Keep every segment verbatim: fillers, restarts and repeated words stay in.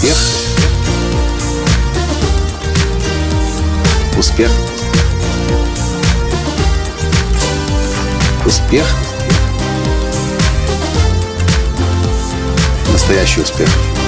Успех. Успех. Успех. Настоящий успех.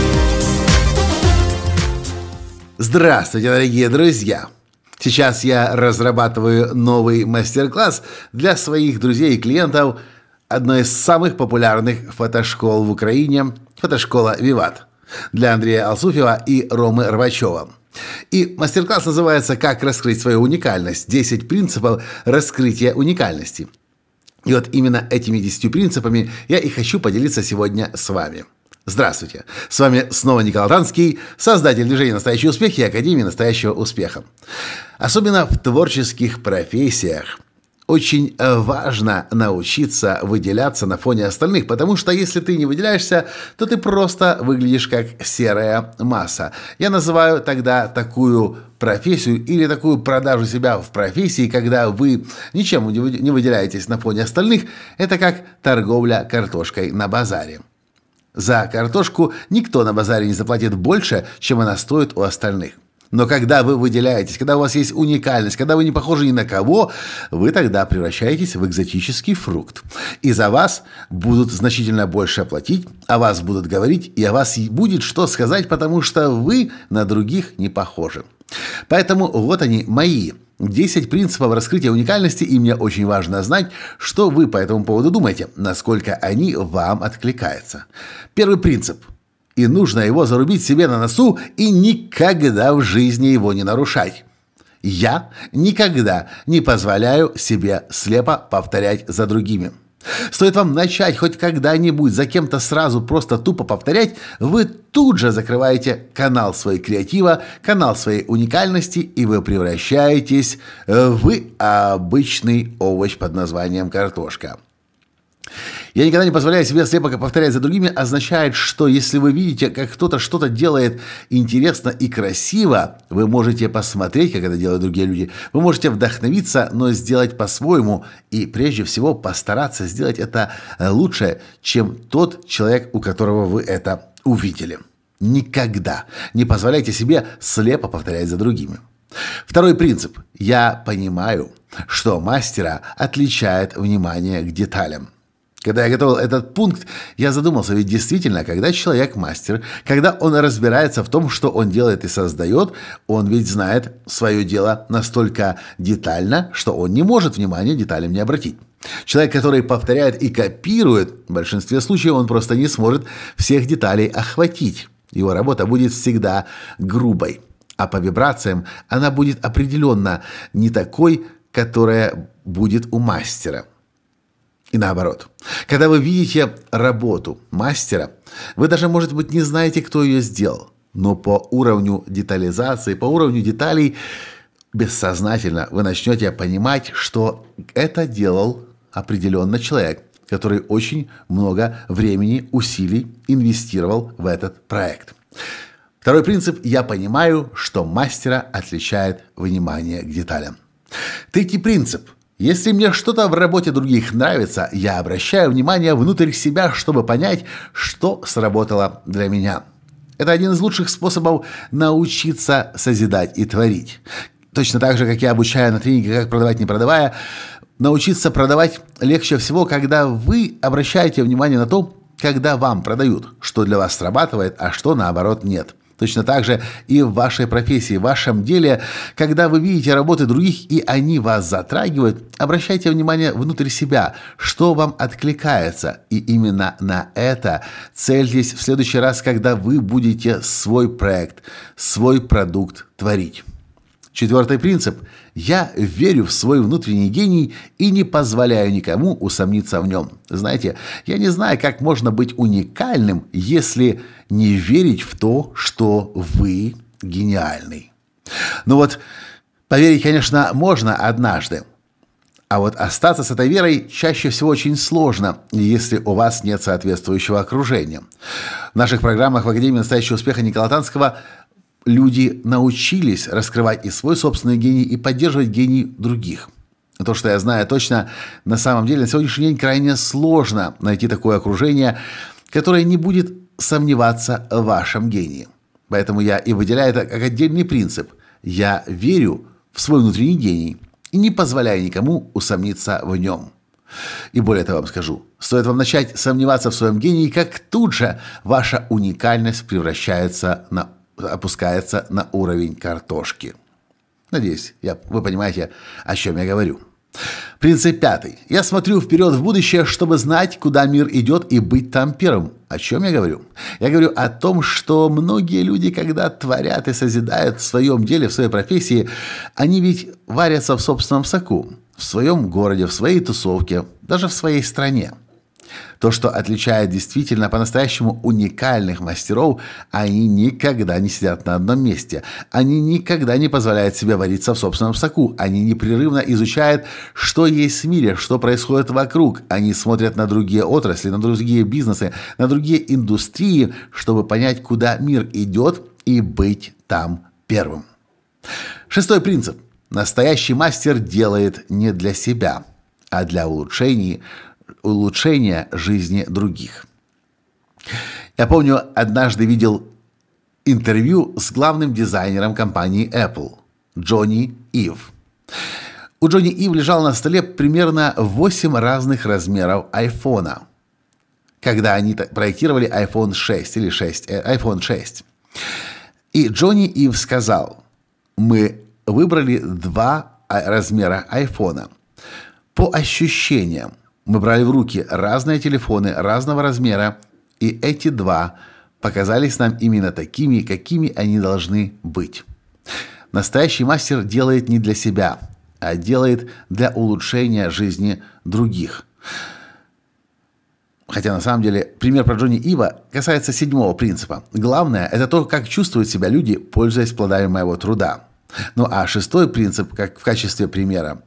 Здравствуйте, дорогие друзья! Сейчас я разрабатываю новый мастер-класс для своих друзей и клиентов одной из самых популярных фотошкол в Украине – фотошкола «Виват» для Андрея Алсуфьева и Ромы Рвачева. И мастер-класс называется «Как раскрыть свою уникальность. десять принципов раскрытия уникальности». И вот именно этими десятью принципами я и хочу поделиться сегодня с вами. Здравствуйте! С вами снова Николай Танский, создатель движения «Настоящий успех» и Академии настоящего успеха. Особенно в творческих профессиях очень важно научиться выделяться на фоне остальных, потому что если ты не выделяешься, то ты просто выглядишь как серая масса. Я называю тогда такую профессию или такую продажу себя в профессии, когда вы ничем не выделяетесь на фоне остальных, это как торговля картошкой на базаре. За картошку никто на базаре не заплатит больше, чем она стоит у остальных. Но когда вы выделяетесь, когда у вас есть уникальность, когда вы не похожи ни на кого, вы тогда превращаетесь в экзотический фрукт. И за вас будут значительно больше платить, о вас будут говорить, и о вас будет что сказать, потому что вы на других не похожи. Поэтому вот они, мои десять принципов раскрытия уникальности, и мне очень важно знать, что вы по этому поводу думаете, насколько они вам откликаются. Первый принцип. И нужно его зарубить себе на носу и никогда в жизни его не нарушать. Я никогда не позволяю себе слепо повторять за другими. Стоит вам начать хоть когда-нибудь за кем-то сразу просто тупо повторять, вы тут же закрываете канал своей креатива, канал своей уникальности, и вы превращаетесь в обычный овощ под названием картошка. Я никогда не позволяю себе слепо повторять за другими означает, что если вы видите, как кто-то что-то делает интересно и красиво, вы можете посмотреть, как это делают другие люди, вы можете вдохновиться, но сделать по-своему и прежде всего постараться сделать это лучше, чем тот человек, у которого вы это увидели. Никогда не позволяйте себе слепо повторять за другими. Второй принцип. Я понимаю, что мастера отличает внимание к деталям. Когда я готовил этот пункт, я задумался, ведь действительно, когда человек мастер, когда он разбирается в том, что он делает и создает, он ведь знает свое дело настолько детально, что он не может внимания деталям не обратить. Человек, который повторяет и копирует, в большинстве случаев он просто не сможет всех деталей охватить. Его работа будет всегда грубой, а по вибрациям она будет определенно не такой, которая будет у мастера. И наоборот. Когда вы видите работу мастера, вы даже, может быть, не знаете, кто ее сделал. Но по уровню детализации, по уровню деталей, бессознательно вы начнете понимать, что это делал определенно человек, который очень много времени, усилий инвестировал в этот проект. Второй принцип. Я понимаю, что мастера отличает внимание к деталям. Третий принцип. Если мне что-то в работе других нравится, я обращаю внимание внутрь себя, чтобы понять, что сработало для меня. Это один из лучших способов научиться созидать и творить. Точно так же, как я обучаю на тренинге «Как продавать, не продавая», научиться продавать легче всего, когда вы обращаете внимание на то, когда вам продают, что для вас срабатывает, а что, наоборот, нет. Точно так же и в вашей профессии, в вашем деле, когда вы видите работы других и они вас затрагивают, обращайте внимание внутрь себя, что вам откликается. И именно на это цельтесь в следующий раз, когда вы будете свой проект, свой продукт творить. Четвертый принцип. Я верю в свой внутренний гений и не позволяю никому усомниться в нем. Знаете, я не знаю, как можно быть уникальным, если не верить в то, что вы гениальный. Ну вот, поверить, конечно, можно однажды. А вот остаться с этой верой чаще всего очень сложно, если у вас нет соответствующего окружения. В наших программах в Академии настоящего успеха Николая Танского люди научились раскрывать и свой собственный гений, и поддерживать гений других. То, что я знаю точно, на самом деле на сегодняшний день крайне сложно найти такое окружение, которое не будет сомневаться в вашем гении. Поэтому я и выделяю это как отдельный принцип. Я верю в свой внутренний гений и не позволяю никому усомниться в нем. И более того вам скажу, стоит вам начать сомневаться в своем гении, как тут же ваша уникальность превращается на, опускается на уровень картошки. Надеюсь, я, вы понимаете, о чем я говорю. Принцип пятый. Я смотрю вперед в будущее, чтобы знать, куда мир идет, и быть там первым. О чем я говорю? Я говорю о том, что многие люди, когда творят и созидают в своем деле, в своей профессии, они ведь варятся в собственном соку, в своем городе, в своей тусовке, даже в своей стране. То, что отличает действительно по-настоящему уникальных мастеров, они никогда не сидят на одном месте. Они никогда не позволяют себе вариться в собственном соку. Они непрерывно изучают, что есть в мире, что происходит вокруг. Они смотрят на другие отрасли, на другие бизнесы, на другие индустрии, чтобы понять, куда мир идет, и быть там первым. Шестой принцип. Настоящий мастер делает не для себя, а для улучшения улучшения жизни других. Я помню, однажды видел интервью с главным дизайнером компании Apple, Джонни Ив. У Джонни Ив лежал на столе примерно восемь разных размеров айфона, когда они проектировали айфон шесть или шесть, айфон шесть. И Джонни Ив сказал: мы выбрали два размера айфона. По ощущениям, мы брали в руки разные телефоны разного размера, и эти два показались нам именно такими, какими они должны быть. Настоящий мастер делает не для себя, а делает для улучшения жизни других. Хотя на самом деле пример про Джонни Ива касается седьмого принципа. Главное – это то, как чувствуют себя люди, пользуясь плодами моего труда. Ну а шестой принцип, как в качестве примера,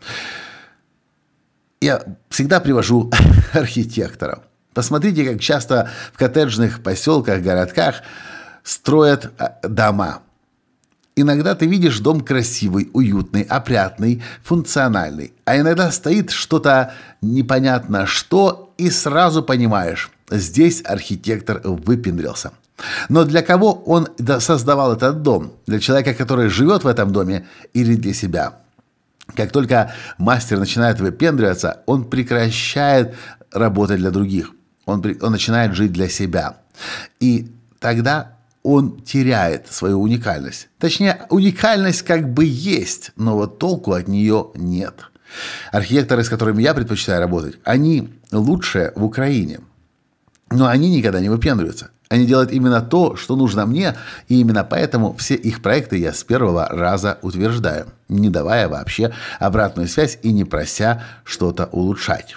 я всегда привожу архитекторов. Посмотрите, как часто в коттеджных поселках, городках строят дома. Иногда ты видишь дом красивый, уютный, опрятный, функциональный. А иногда стоит что-то непонятно что, и сразу понимаешь, здесь архитектор выпендрился. Но для кого он создавал этот дом? Для человека, который живет в этом доме, или для себя? Как только мастер начинает выпендриваться, он прекращает работать для других. Он, он начинает жить для себя. И тогда он теряет свою уникальность. Точнее, уникальность как бы есть, но вот толку от нее нет. Архитекторы, с которыми я предпочитаю работать, они лучшие в Украине. Но они никогда не выпендриваются. Они делают именно то, что нужно мне, и именно поэтому все их проекты я с первого раза утверждаю, не давая вообще обратную связь и не прося что-то улучшать.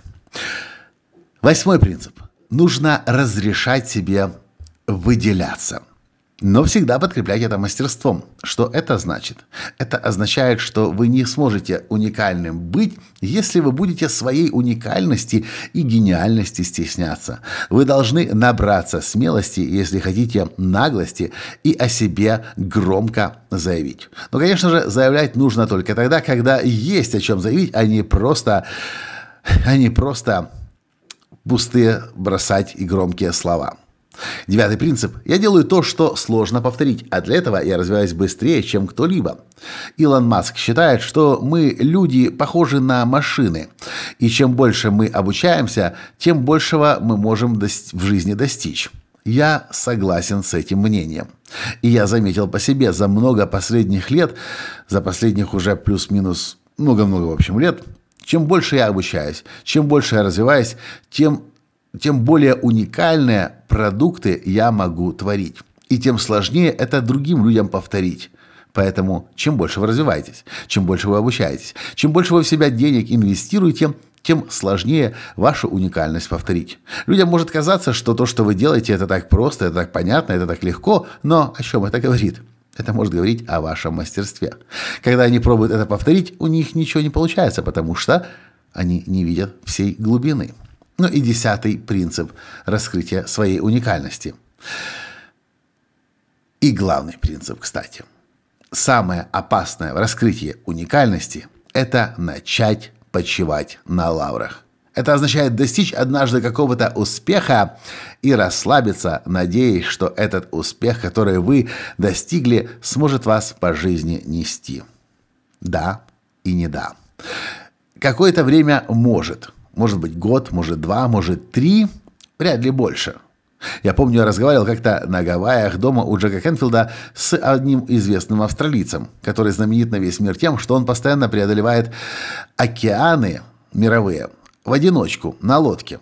Восьмой принцип. Нужно разрешать себе выделяться. Но всегда подкреплять это мастерством. Что это значит? Это означает, что вы не сможете уникальным быть, если вы будете своей уникальности и гениальности стесняться. Вы должны набраться смелости, если хотите, наглости и о себе громко заявить. Но, конечно же, заявлять нужно только тогда, когда есть о чем заявить, а не просто, а не просто пустые бросать и громкие слова. Девятый принцип. Я делаю то, что сложно повторить, а для этого я развиваюсь быстрее, чем кто-либо. Илон Маск считает, что мы, люди, похожи на машины. И чем больше мы обучаемся, тем большего мы можем в жизни достичь. Я согласен с этим мнением. И я заметил по себе за много последних лет, за последних уже плюс-минус много-много, в общем, лет, чем больше я обучаюсь, чем больше я развиваюсь, тем тем более уникальные продукты я могу творить. И тем сложнее это другим людям повторить. Поэтому чем больше вы развиваетесь, чем больше вы обучаетесь, чем больше вы в себя денег инвестируете, тем сложнее вашу уникальность повторить. Людям может казаться, что то, что вы делаете, это так просто, это так понятно, это так легко, но о чем это говорит? Это может говорить о вашем мастерстве. Когда они пробуют это повторить, у них ничего не получается, потому что они не видят всей глубины. Ну и десятый принцип раскрытия своей уникальности. И главный принцип, кстати. Самое опасное в раскрытии уникальности – это начать почивать на лаврах. Это означает достичь однажды какого-то успеха и расслабиться, надеясь, что этот успех, который вы достигли, сможет вас по жизни нести. Да и не да. Какое-то время может. Может быть год, может два, может три, вряд ли больше. Я помню, я разговаривал как-то на Гавайях дома у Джека Кенфилда с одним известным австралийцем, который знаменит на весь мир тем, что он постоянно преодолевает океаны мировые в одиночку, на лодке.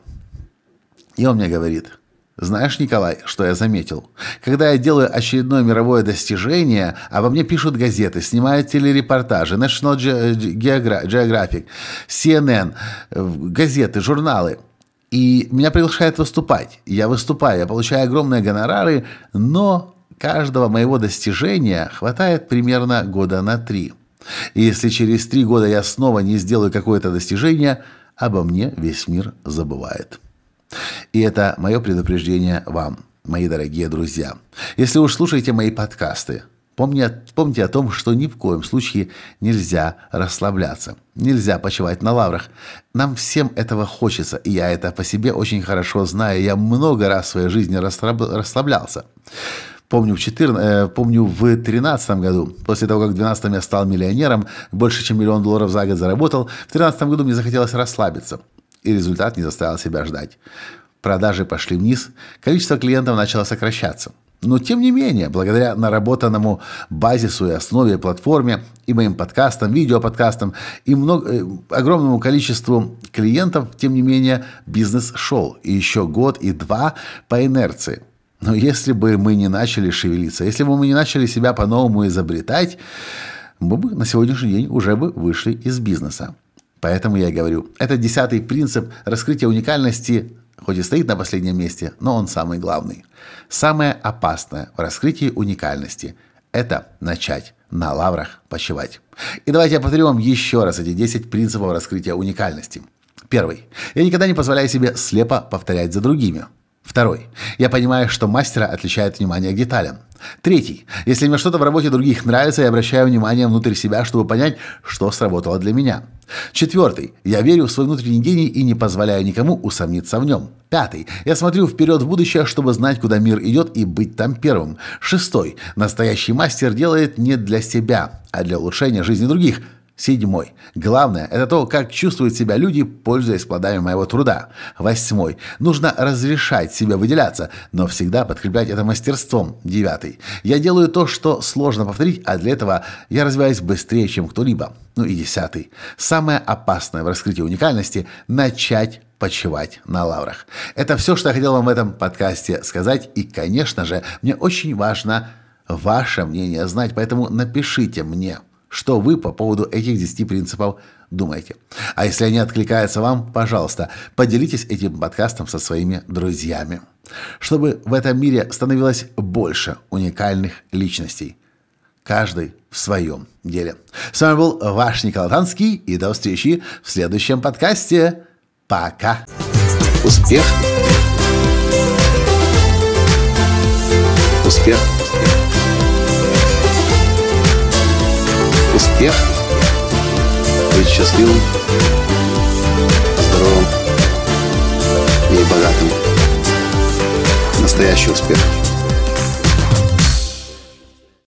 И он мне говорит: знаешь, Николай, что я заметил? Когда я делаю очередное мировое достижение, обо мне пишут газеты, снимают телерепортажи, National Geographic, си эн эн, газеты, журналы. И меня приглашают выступать. Я выступаю, я получаю огромные гонорары, но каждого моего достижения хватает примерно года на три. И если через три года я снова не сделаю какое-то достижение, обо мне весь мир забывает. И это мое предупреждение вам, мои дорогие друзья. Если уж слушаете мои подкасты, помните, помните о том, что ни в коем случае нельзя расслабляться, нельзя почивать на лаврах. Нам всем этого хочется, и я это по себе очень хорошо знаю. Я много раз в своей жизни расслаблялся. Помню в, четырнадцатом, э, помню в тринадцатом году, после того, как в двенадцатом я стал миллионером, больше, чем миллион долларов за год заработал, в тринадцатом году мне захотелось расслабиться. И результат не заставил себя ждать. Продажи пошли вниз, количество клиентов начало сокращаться. Но тем не менее, благодаря наработанному базису и основе, платформе, и моим подкастам, видеоподкастам, и много, огромному количеству клиентов, тем не менее, бизнес шел. И еще год, и два по инерции. Но если бы мы не начали шевелиться, если бы мы не начали себя по-новому изобретать, мы бы на сегодняшний день уже бы вышли из бизнеса. Поэтому я и говорю, это десятый принцип раскрытия уникальности, хоть и стоит на последнем месте, но он самый главный. Самое опасное в раскрытии уникальности – это начать на лаврах почивать. И давайте я повторю вам еще раз эти десять принципов раскрытия уникальности. Первый. Я никогда не позволяю себе слепо повторять за другими. Второй. Я понимаю, что мастера отличает внимание к деталям. Третий. Если мне что-то в работе других нравится, я обращаю внимание внутрь себя, чтобы понять, что сработало для меня. Четвертый. Я верю в свой внутренний гений и не позволяю никому усомниться в нем. Пятый. Я смотрю вперед в будущее, чтобы знать, куда мир идет, и быть там первым. Шестой. Настоящий мастер делает не для себя, а для улучшения жизни других. Седьмой. Главное – это то, как чувствуют себя люди, пользуясь плодами моего труда. Восьмой. Нужно разрешать себе выделяться, но всегда подкреплять это мастерством. Девятый. Я делаю то, что сложно повторить, а для этого я развиваюсь быстрее, чем кто-либо. Ну и десятый. Самое опасное в раскрытии уникальности – начать почивать на лаврах. Это все, что я хотел вам в этом подкасте сказать. И, конечно же, мне очень важно ваше мнение знать, поэтому напишите мне, что вы по поводу этих десяти принципов думаете. А если они откликаются вам, пожалуйста, поделитесь этим подкастом со своими друзьями, чтобы в этом мире становилось больше уникальных личностей, каждый в своем деле. С вами был ваш Николай Танский, и до встречи в следующем подкасте. Пока! Успех! Успех! Успех, быть счастливым, здоровым и богатым. Настоящий успех.